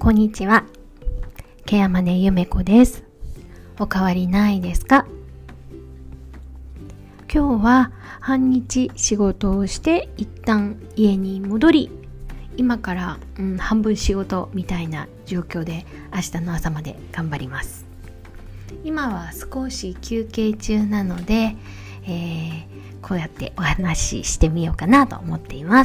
こんにちは。ケアマネゆめこです。お変わりないですか？今日は半日仕事をして一旦家に戻り、今から、半分仕事みたいな状況で明日の朝まで頑張ります。今は少し休憩中なので、こうやってお話ししてみようかなと思っています。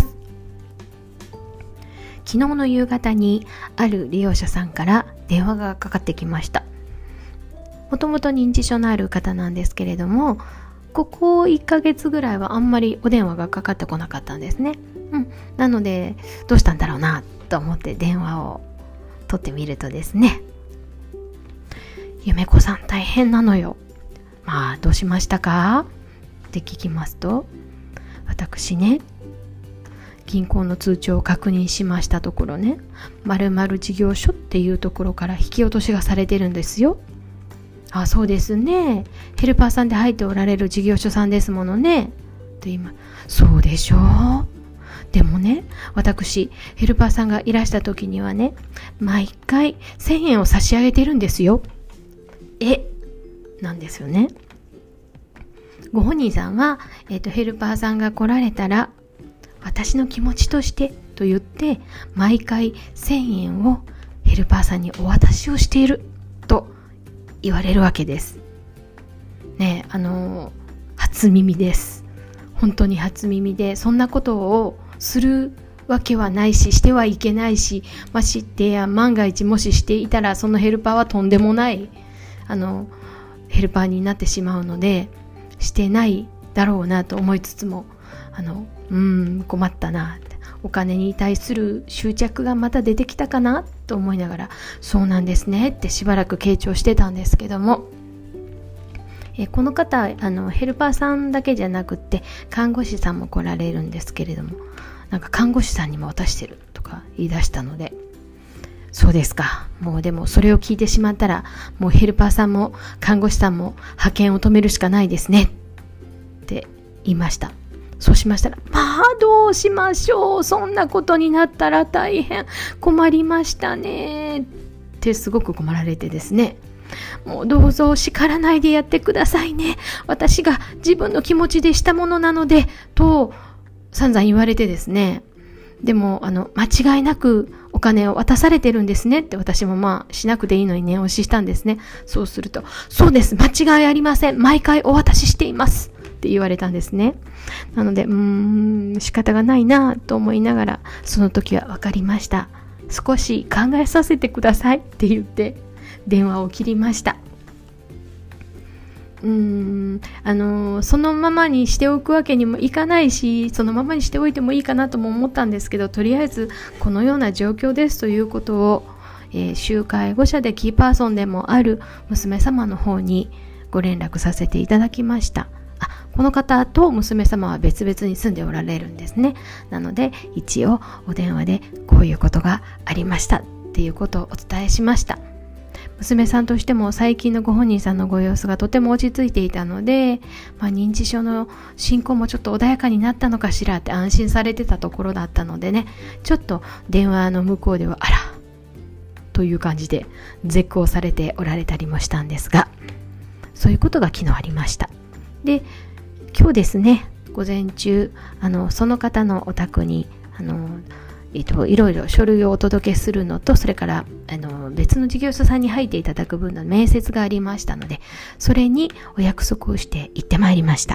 昨日の夕方にある利用者さんから電話がかかってきました。もともと認知症のある方なんですけれども、ここ1ヶ月ぐらいはあんまりお電話がかかってこなかったんですね。なのでどうしたんだろうなと思って電話を取ってみるとですね、ゆめこさん大変なのよ。どうしましたかって聞きますと、私ね、銀行の通帳を確認しましたところね、〇〇事業所っていうところから引き落としがされてるんですよ。そうですね、ヘルパーさんで入っておられる事業所さんですものねって今、そうでしょう。でもね、私ヘルパーさんがいらした時にはね、毎回1000円を差し上げてるんですよ。なんですよね。ご本人さんは、ヘルパーさんが来られたら、私の気持ちとしてと言って毎回1000円をヘルパーさんにお渡しをしていると言われるわけですね。初耳です。本当に初耳で、そんなことをするわけはないし、してはいけないし、してや万が一もししていたら、そのヘルパーはとんでもないヘルパーになってしまうので、してないだろうなと思いつつも、困ったな、お金に対する執着がまた出てきたかなと思いながら、そうなんですねってしばらく傾聴してたんですけども、この方ヘルパーさんだけじゃなくって看護師さんも来られるんですけれども、なんか看護師さんにも渡してるとか言い出したので、そうですか、もうでもそれを聞いてしまったら、もうヘルパーさんも看護師さんも派遣を止めるしかないですねって言いました。そうしましたら、どうしましょう、そんなことになったら大変困りましたねってすごく困られてですね、もうどうぞ叱らないでやってくださいね、私が自分の気持ちでしたものなのでと散々言われてですね、でも間違いなくお金を渡されてるんですねって、私もしなくていいのに念押ししたんですね。そうすると、そうです、間違いありません、毎回お渡ししていますって言われたんですね。なので仕方がないなと思いながら、その時は分かりました、少し考えさせてくださいって言って電話を切りました。そのままにしておくわけにもいかないし、そのままにしておいてもいいかなとも思ったんですけど、とりあえずこのような状況ですということを、周介護者でキーパーソンでもある娘様の方にご連絡させていただきました。この方と娘様は別々に住んでおられるんですね。なので一応お電話でこういうことがありましたっていうことをお伝えしました。娘さんとしても最近のご本人さんのご様子がとても落ち着いていたので、認知症の進行もちょっと穏やかになったのかしらって安心されてたところだったのでね、ちょっと電話の向こうではあらという感じで絶好されておられたりもしたんですが、そういうことが昨日ありました。で、今日ですね、午前中その方のお宅にいろいろ書類をお届けするのと、それから別の事業者さんに入っていただく分の面接がありましたので、それにお約束をして行ってまいりました。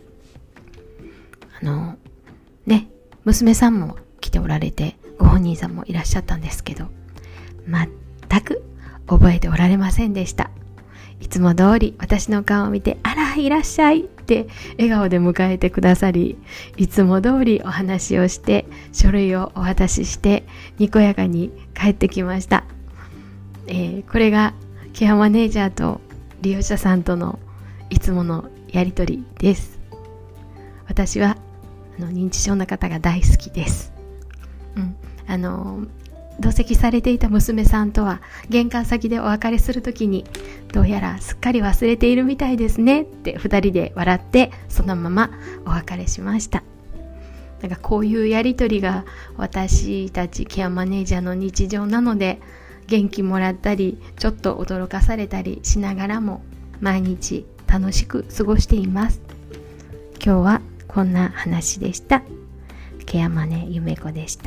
娘さんも来ておられて、ご本人さんもいらっしゃったんですけど、全く覚えておられませんでした。いつも通り私の顔を見て、あらいらっしゃいって笑顔で迎えてくださり、いつも通りお話をして書類をお渡ししてにこやかに帰ってきました。これがケアマネージャーと利用者さんとのいつものやりとりです。私は認知症の方が大好きです。同席されていた娘さんとは玄関先でお別れするときに、どうやらすっかり忘れているみたいですねって2人で笑って、そのままお別れしました。 なんかこういうやりとりが私たちケアマネージャーの日常なので、元気もらったりちょっと驚かされたりしながらも毎日楽しく過ごしています。今日はこんな話でした。ケアマネゆめこでした。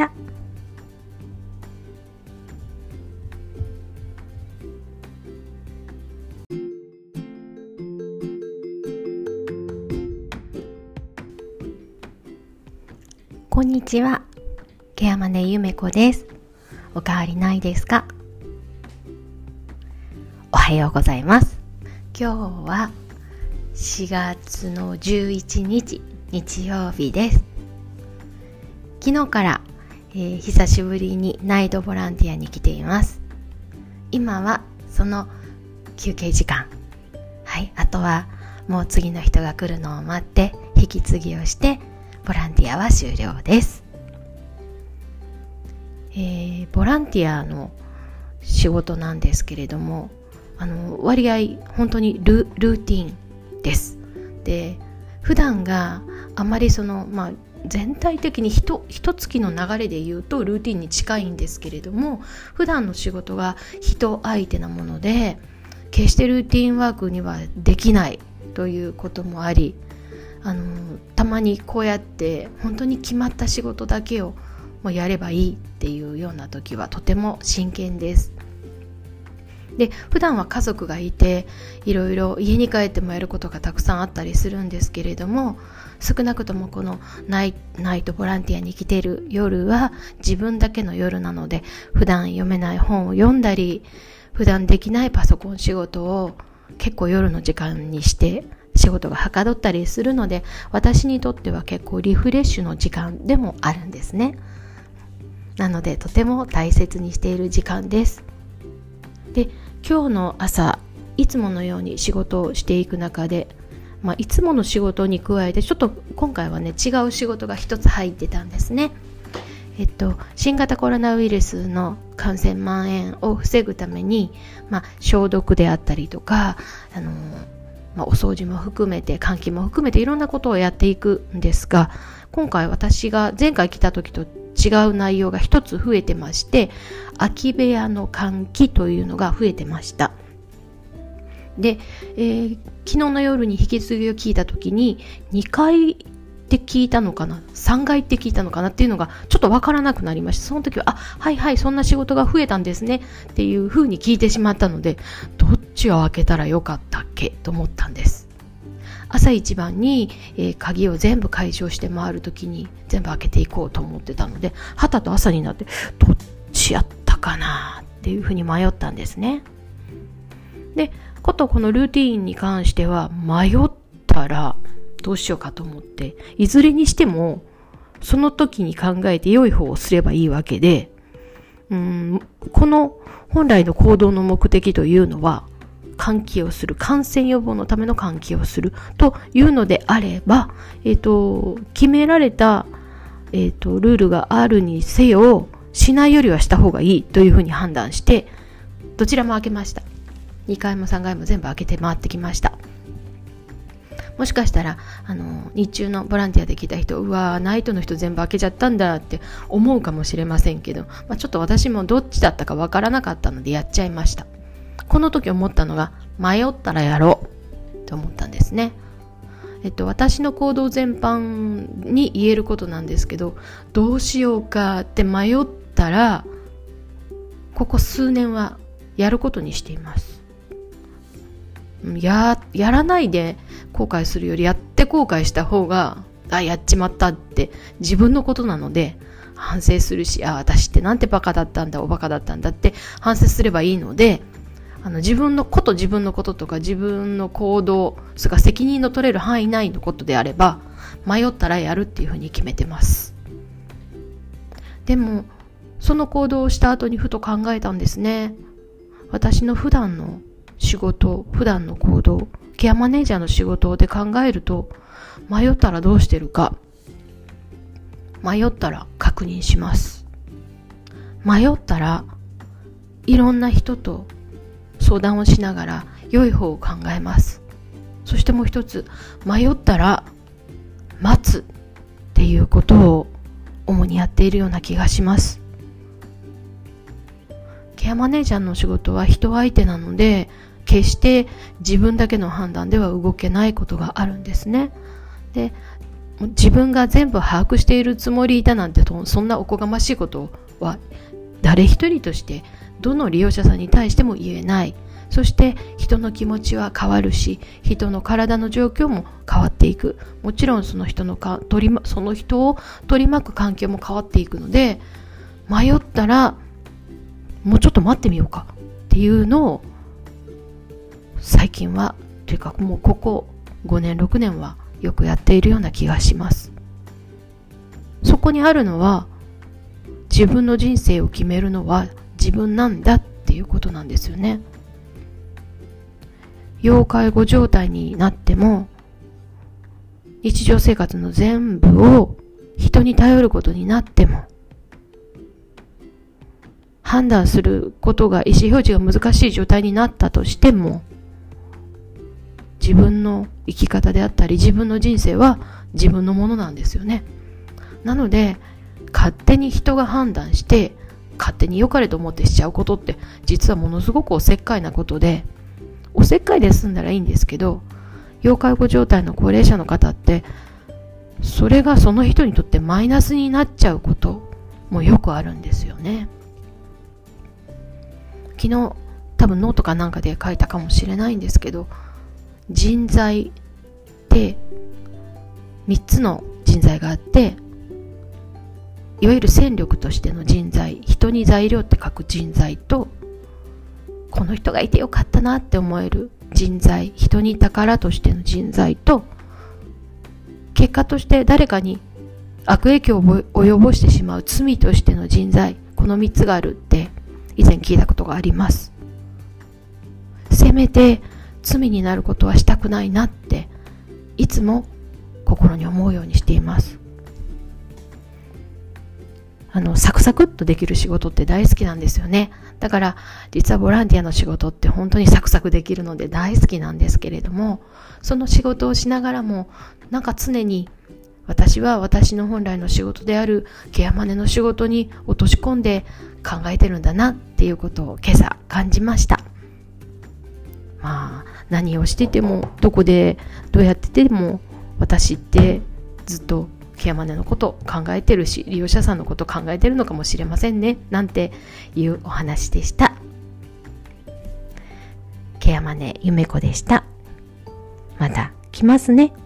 こんにちは、ケアマネゆめこです。おかわりないですか？おはようございます。今日は4月の11日日曜日です。昨日から、久しぶりにナイトボランティアに来ています。今はその休憩時間、あとはもう次の人が来るのを待って引き継ぎをしてボランティアは終了です。ボランティアの仕事なんですけれども、割合本当にルーティンです。で、普段があまり全体的に一月の流れで言うとルーティンに近いんですけれども、普段の仕事が人相手なもので決してルーティンワークにはできないということもあり、たまにこうやって本当に決まった仕事だけをもうやればいいっていうような時はとても真剣です。で、普段は家族がいていろいろ家に帰ってもやることがたくさんあったりするんですけれども、少なくともこのナイトボランティアに来ている夜は自分だけの夜なので、普段読めない本を読んだり、普段できないパソコン仕事を結構夜の時間にして仕事がはかどったりするので、私にとっては結構リフレッシュの時間でもあるんですね。なのでとても大切にしている時間です。で、今日の朝いつものように仕事をしていく中で、いつもの仕事に加えてちょっと今回はね、違う仕事が一つ入ってたんですね。新型コロナウイルスの感染蔓延を防ぐために、消毒であったりとか、お掃除も含めて換気も含めていろんなことをやっていくんですが、今回私が前回来た時と違う内容が一つ増えてまして、空き部屋の換気というのが増えてました。で、昨日の夜に引き継ぎを聞いた時に2階って聞いたのかな、3階って聞いたのかなっていうのがちょっとわからなくなりました。その時ははいそんな仕事が増えたんですねっていう風に聞いてしまったので、どっちを開けたらよかったっけと思ったんです。朝一番に、鍵を全部解消して回る時に全部開けていこうと思ってたので、はたと朝になってどっちやったかなっていう風に迷ったんですね。で、このルーティーンに関しては迷ったらどうしようかと思って、いずれにしてもその時に考えて良い方をすればいいわけで、この本来の行動の目的というのは換気をする、感染予防のための換気をするというのであれば、決められた、ルールがあるにせよしないよりはした方がいいというふうに判断して、どちらも開けました。2階も3階も全部開けて回ってきました。もしかしたら日中のボランティアで来た人、ナイトの人全部開けちゃったんだって思うかもしれませんけど、ちょっと私もどっちだったかわからなかったのでやっちゃいました。この時思ったのが、迷ったらやろうと思ったんですね。私の行動全般に言えることなんですけど、どうしようかって迷ったらここ数年はやることにしています。やらないで後悔するより、やって後悔した方がやっちまったって自分のことなので反省するし、私ってなんてバカだったんだ、おバカだったんだって反省すればいいので、自分のこととか自分の行動、それから責任の取れる範囲内のことであれば迷ったらやるっていうふうに決めてます。でもその行動をした後にふと考えたんですね。私の普段の仕事、普段の行動、ケアマネージャーの仕事で考えると、迷ったらどうしてるか。迷ったら確認します。迷ったらいろんな人と相談をしながら良い方を考えます。そしてもう一つ、迷ったら待つっていうことを主にやっているような気がします。ケアマネージャーの仕事は人相手なので、決して自分だけの判断では動けないことがあるんですね。で、自分が全部把握しているつもりだなんて、そんなおこがましいことは誰一人としてどの利用者さんに対しても言えない。そして人の気持ちは変わるし、人の体の状況も変わっていく。もちろんその人を取り巻く環境も変わっていくので、迷ったらもうちょっと待ってみようかっていうのを最近はというか、もうここ5年6年はよくやっているような気がします。そこにあるのは、自分の人生を決めるのは自分なんだっていうことなんですよね。要介護状態になっても、日常生活の全部を人に頼ることになっても、判断することが意思表示が難しい状態になったとしても、自分の生き方であったり自分の人生は自分のものなんですよね。なので勝手に人が判断して勝手に良かれと思ってしちゃうことって、実はものすごくおせっかいなことで、おせっかいで済んだらいいんですけど、要介護状態の高齢者の方って、それがその人にとってマイナスになっちゃうこともよくあるんですよね。昨日多分ノートかなんかで書いたかもしれないんですけど、人材って3つの人材があって、いわゆる戦力としての人材、人に材料って書く人材と、この人がいてよかったなって思える人材、人に宝としての人材と、結果として誰かに悪影響を及ぼしてしまう罪としての人材、この3つがあるって以前聞いたことがあります。せめて罪になることはしたくないなっていつも心に思うようにしています。サクサクっとできる仕事って大好きなんですよね。だから実はボランティアの仕事って本当にサクサクできるので大好きなんですけれども、その仕事をしながらもなんか常に私は私の本来の仕事であるケアマネの仕事に落とし込んで考えてるんだなっていうことを今朝感じました。何をしててもどこでどうやってても私ってずっとケアマネのことを考えてるし、利用者さんのことを考えてるのかもしれませんね、なんていうお話でした。ケアマネゆめこでした。また来ますね。